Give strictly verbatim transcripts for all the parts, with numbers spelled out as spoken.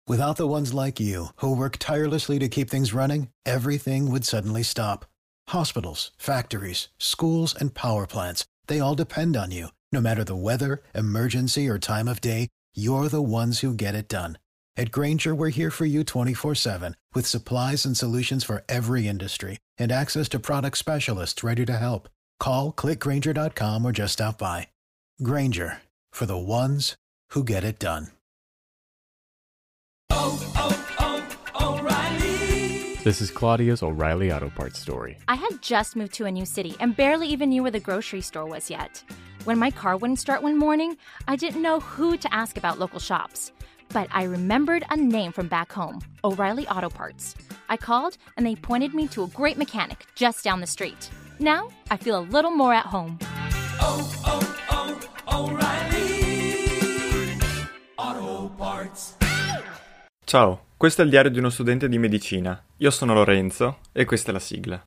Without the ones like you, who work tirelessly to keep things running, everything would suddenly stop. Hospitals, factories, schools, and power plants, they all depend on you. No matter the weather, emergency, or time of day, you're the ones who get it done. At Grainger, we're here for you twenty-four seven, with supplies and solutions for every industry, and access to product specialists ready to help. Call, click grainger dot com, or just stop by. Grainger, for the ones who get it done. Oh, oh, oh, O'Reilly. This is Claudia's O'Reilly Auto Parts story. I had just moved to a new city and barely even knew where the grocery store was yet. When my car wouldn't start one morning, I didn't know who to ask about local shops. But I remembered a name from back home, O'Reilly Auto Parts. I called, and they pointed me to a great mechanic just down the street. Now, I feel a little more at home. Oh, oh, oh, O'Reilly Auto Parts. Ciao, questo è il diario di uno studente di medicina. Io sono Lorenzo e questa è la sigla.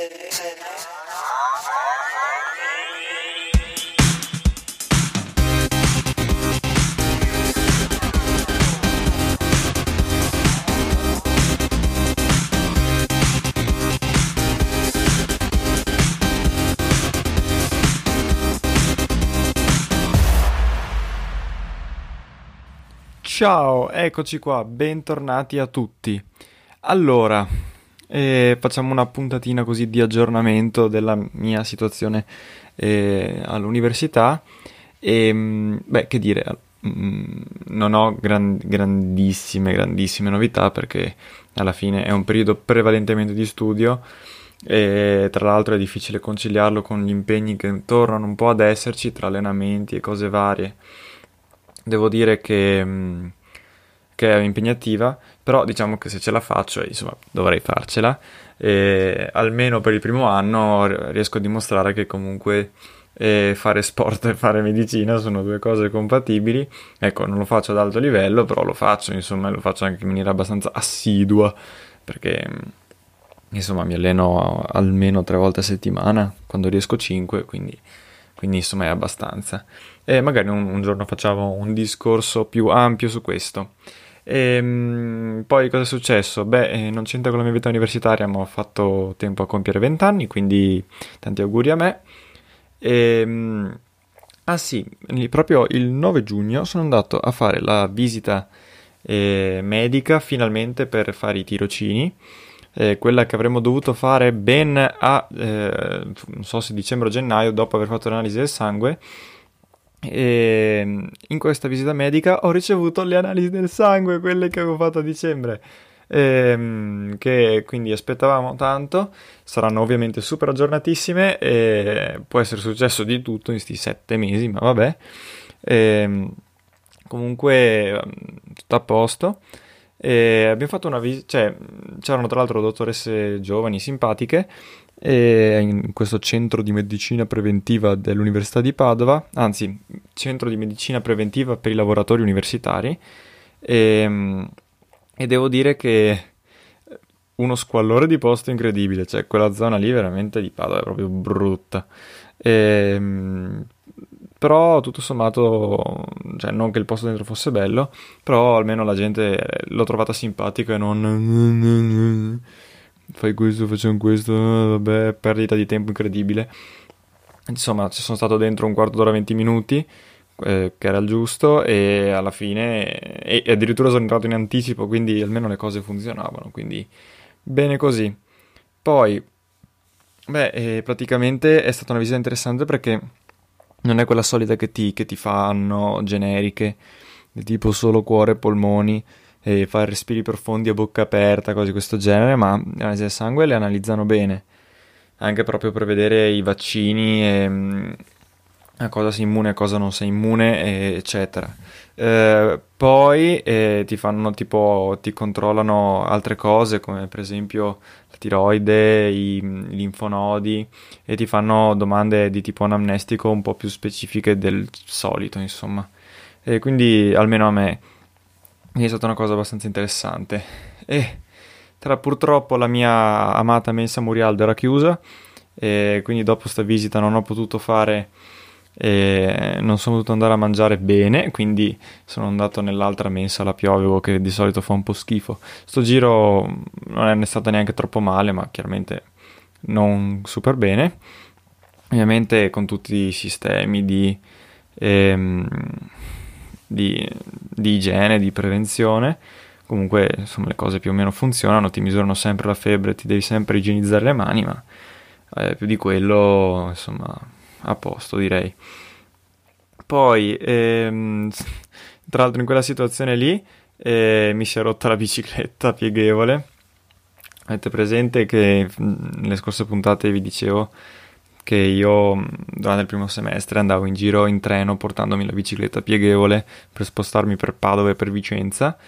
Ciao, eccoci qua, bentornati a tutti. Allora, eh, facciamo una puntatina così di aggiornamento della mia situazione eh, all'università. E, beh, che dire, mh, non ho gran- grandissime, grandissime novità perché alla fine è un periodo prevalentemente di studio e tra l'altro è difficile conciliarlo con gli impegni che tornano un po' ad esserci tra allenamenti e cose varie. Devo dire che, mh, che è impegnativa, però diciamo che se ce la faccio, insomma, dovrei farcela. E almeno per il primo anno r- riesco a dimostrare che comunque eh, fare sport e fare medicina sono due cose compatibili. Ecco, non lo faccio ad alto livello, però lo faccio, insomma, lo faccio anche in maniera abbastanza assidua, perché insomma mi alleno almeno tre volte a settimana, quando riesco cinque, quindi... quindi insomma è abbastanza. E magari un, un giorno facciamo un discorso più ampio su questo. E, mh, poi cosa è successo? Beh, eh, non c'entra con la mia vita universitaria, ma ho fatto tempo a compiere venti anni, quindi tanti auguri a me. E, mh, ah sì, proprio il nove giugno sono andato a fare la visita eh, medica finalmente per fare i tirocini. Eh, quella che avremmo dovuto fare ben a, eh, non so se dicembre o gennaio, dopo aver fatto l'analisi del sangue. E in questa visita medica ho ricevuto le analisi del sangue, quelle che avevo fatto a dicembre, e, che quindi aspettavamo tanto. Saranno ovviamente super aggiornatissime e può essere successo di tutto in questi sette mesi, ma vabbè. E, comunque tutto a posto. E abbiamo fatto una visita, cioè c'erano tra l'altro dottoresse giovani simpatiche e in questo centro di medicina preventiva dell'Università di Padova, anzi centro di medicina preventiva per i lavoratori universitari, e, e devo dire che uno squallore di posto incredibile, cioè quella zona lì veramente di Padova è proprio brutta. E, però tutto sommato, cioè non che il posto dentro fosse bello, però almeno la gente l'ho trovata simpatica e non fai questo, facciamo questo, vabbè, perdita di tempo incredibile. Insomma, ci sono stato dentro un quarto d'ora, venti minuti, eh, che era il giusto, e alla fine e, e addirittura sono entrato in anticipo, quindi almeno le cose funzionavano, quindi bene così. Poi beh, eh, praticamente è stata una visita interessante perché non è quella solita che ti, che ti fanno generiche, di tipo solo cuore e polmoni, e fare respiri profondi a bocca aperta, cose di questo genere, ma l'analisi del sangue le analizzano bene, anche proprio per vedere i vaccini e mh, a cosa sei immune, a cosa non sei immune, e, eccetera. Eh, poi eh, ti fanno tipo, ti controllano altre cose, come per esempio la tiroide, i, i linfonodi, e ti fanno domande di tipo anamnestico un po' più specifiche del solito, insomma. E quindi almeno a me è stata una cosa abbastanza interessante. E tra purtroppo la mia amata mensa Murialdo era chiusa, e quindi dopo sta visita non ho potuto fare e non sono potuto andare a mangiare bene, quindi sono andato nell'altra mensa alla Piovevo, che di solito fa un po' schifo. Sto giro non è stata neanche troppo male, ma chiaramente non super bene, ovviamente con tutti i sistemi di, ehm, di, di igiene, di prevenzione. Comunque insomma le cose più o meno funzionano, ti misurano sempre la febbre, ti devi sempre igienizzare le mani, ma eh, più di quello insomma a posto, direi. Poi ehm, tra l'altro in quella situazione lì eh, mi si è rotta la bicicletta pieghevole. Avete presente che nelle scorse puntate vi dicevo che io durante il primo semestre andavo in giro in treno portandomi la bicicletta pieghevole per spostarmi per Padova e per Vicenza,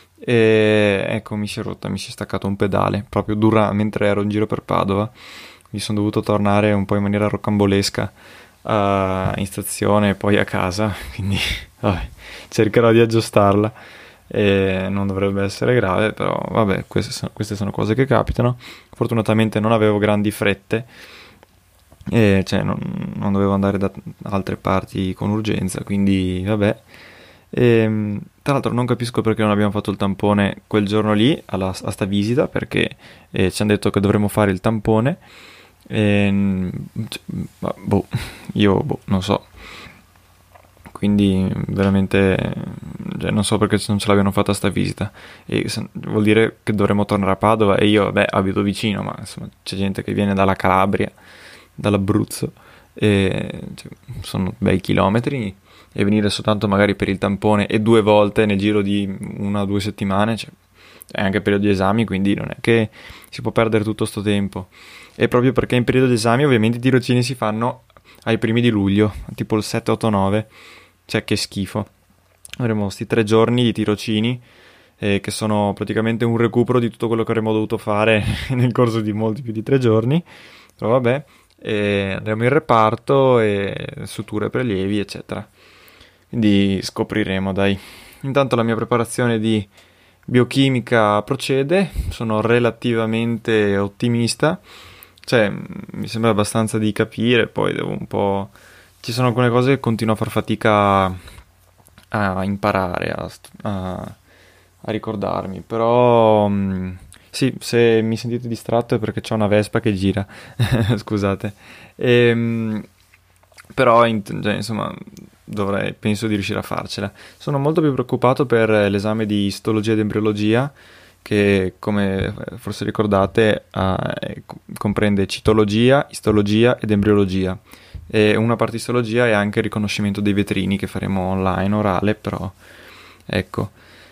e ecco mi si è rotta, mi si è staccato un pedale proprio dura mentre ero in giro per Padova. Mi sono dovuto tornare un po' in maniera rocambolesca uh, in stazione e poi a casa, quindi vabbè, cercherò di aggiustarla. E non dovrebbe essere grave, però vabbè, queste sono, queste sono cose che capitano. Fortunatamente non avevo grandi frette, e cioè non, non dovevo andare da altre parti con urgenza, quindi vabbè. E, tra l'altro non capisco perché non abbiamo fatto il tampone quel giorno lì alla, a sta visita, perché eh, ci hanno detto che dovremmo fare il tampone e, boh, io boh, non so, quindi veramente cioè, non so perché non ce l'abbiano fatta sta visita, e se, vuol dire che dovremmo tornare a Padova, e io beh abito vicino, ma insomma c'è gente che viene dalla Calabria, dall'Abruzzo, e cioè, sono bei chilometri, e venire soltanto magari per il tampone e due volte nel giro di una o due settimane, cioè, è anche periodo di esami, quindi non è che si può perdere tutto sto tempo. E proprio perché in periodo di esami ovviamente i tirocini si fanno ai primi di luglio, tipo il sette, otto, nove, cioè che schifo. Avremo sti tre giorni di tirocini eh, che sono praticamente un recupero di tutto quello che avremmo dovuto fare nel corso di molti più di tre giorni, però vabbè, e andremo in reparto e suture, prelievi eccetera, quindi scopriremo, dai. Intanto la mia preparazione di biochimica procede, sono relativamente ottimista, cioè mi sembra abbastanza di capire, poi devo un po'... ci sono alcune cose che continuo a far fatica a imparare, a, a, a ricordarmi, però mh, sì, se mi sentite distratto è perché c'è una Vespa che gira, scusate, e, mh, però in, cioè, insomma dovrei, penso di riuscire a farcela. Sono molto più preoccupato per l'esame di istologia ed embriologia, che come forse ricordate eh, comprende citologia, istologia ed embriologia, e una parte istologia è anche il riconoscimento dei vetrini che faremo online, orale, però ecco,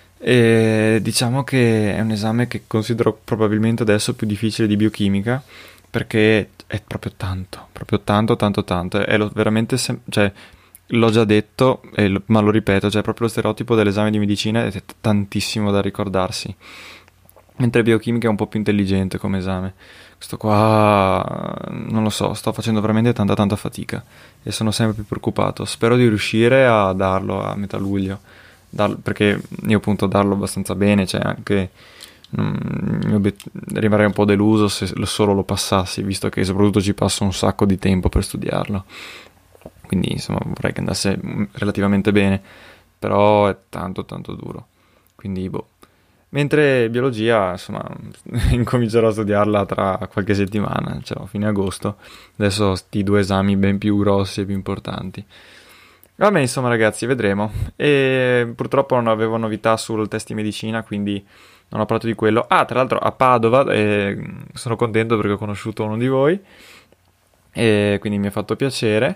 e diciamo che è un esame che considero probabilmente adesso più difficile di biochimica, perché è proprio tanto, proprio tanto, tanto, tanto, è lo, veramente, sem- cioè, l'ho già detto, e lo, ma lo ripeto, cioè proprio lo stereotipo dell'esame di medicina è t- tantissimo da ricordarsi, mentre biochimica è un po' più intelligente come esame. Questo qua, non lo so, sto facendo veramente tanta tanta fatica e sono sempre più preoccupato. Spero di riuscire a darlo a metà luglio, darlo, perché io appunto darlo abbastanza bene, cioè anche... Mm, rimarrei un po' deluso se solo lo passassi, visto che soprattutto ci passo un sacco di tempo per studiarlo, quindi insomma vorrei che andasse relativamente bene, però è tanto tanto duro, quindi boh. Mentre biologia insomma incomincerò a studiarla tra qualche settimana, cioè a fine agosto. Adesso ho sti due esami ben più grossi e più importanti. Vabbè, insomma ragazzi, vedremo. E purtroppo non avevo novità sul test di medicina, quindi non ho parlato di quello. Ah, tra l'altro a Padova eh, sono contento perché ho conosciuto uno di voi, e quindi mi ha fatto piacere.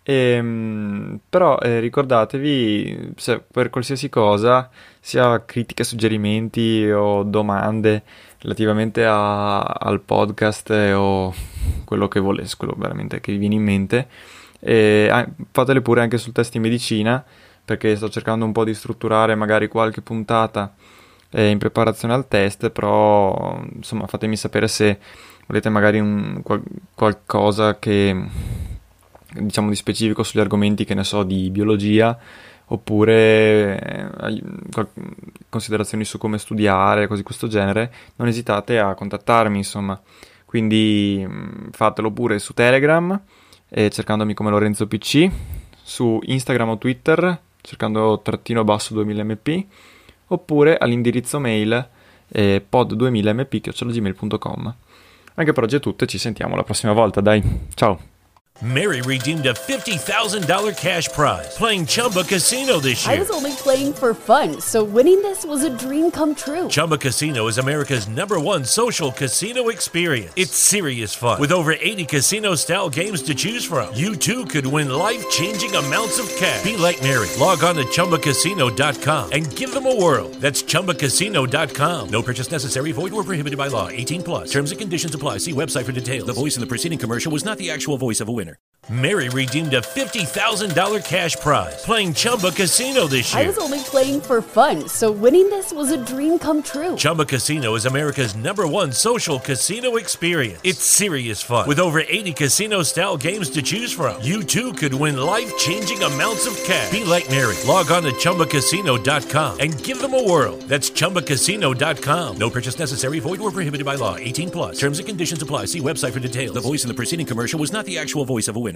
E, però eh, ricordatevi, se per qualsiasi cosa, sia critiche, suggerimenti o domande relativamente a, al podcast eh, o quello che volete, quello veramente che vi viene in mente, e, ah, fatele pure anche sul test di medicina, perché sto cercando un po' di strutturare magari qualche puntata eh, in preparazione al test, però insomma fatemi sapere se volete magari un, qual, qualcosa che diciamo di specifico sugli argomenti, che ne so, di biologia, oppure eh, considerazioni su come studiare, cose di questo genere. Non esitate a contattarmi, insomma, quindi mh, fatelo pure su Telegram, eh, cercandomi come Lorenzo P C, su Instagram o Twitter cercando trattino basso duemila m p, oppure all'indirizzo mail eh, pod duemila m p chiocciola gmail punto com. Anche per oggi è tutto e ci sentiamo la prossima volta, dai, ciao! Mary redeemed a fifty thousand dollars cash prize playing Chumba Casino this year. I was only playing for fun, so winning this was a dream come true. Chumba Casino is America's number one social casino experience. It's serious fun. With over eighty casino-style games to choose from, you too could win life-changing amounts of cash. Be like Mary. Log on to chumba casino dot com and give them a whirl. That's chumba casino dot com. No purchase necessary. Void or prohibited by law. eighteen plus. Terms and conditions apply. See website for details. The voice in the preceding commercial was not the actual voice of a winner. Mary redeemed a fifty thousand dollars cash prize playing Chumba Casino this year. I was only playing for fun, so winning this was a dream come true. Chumba Casino is America's number one social casino experience. It's serious fun. With over eighty casino-style games to choose from, you too could win life-changing amounts of cash. Be like Mary. Log on to chumba casino dot com and give them a whirl. That's chumba casino dot com. No purchase necessary. Void or prohibited by law. eighteen plus. Terms and conditions apply. See website for details. The voice in the preceding commercial was not the actual voice of a winner.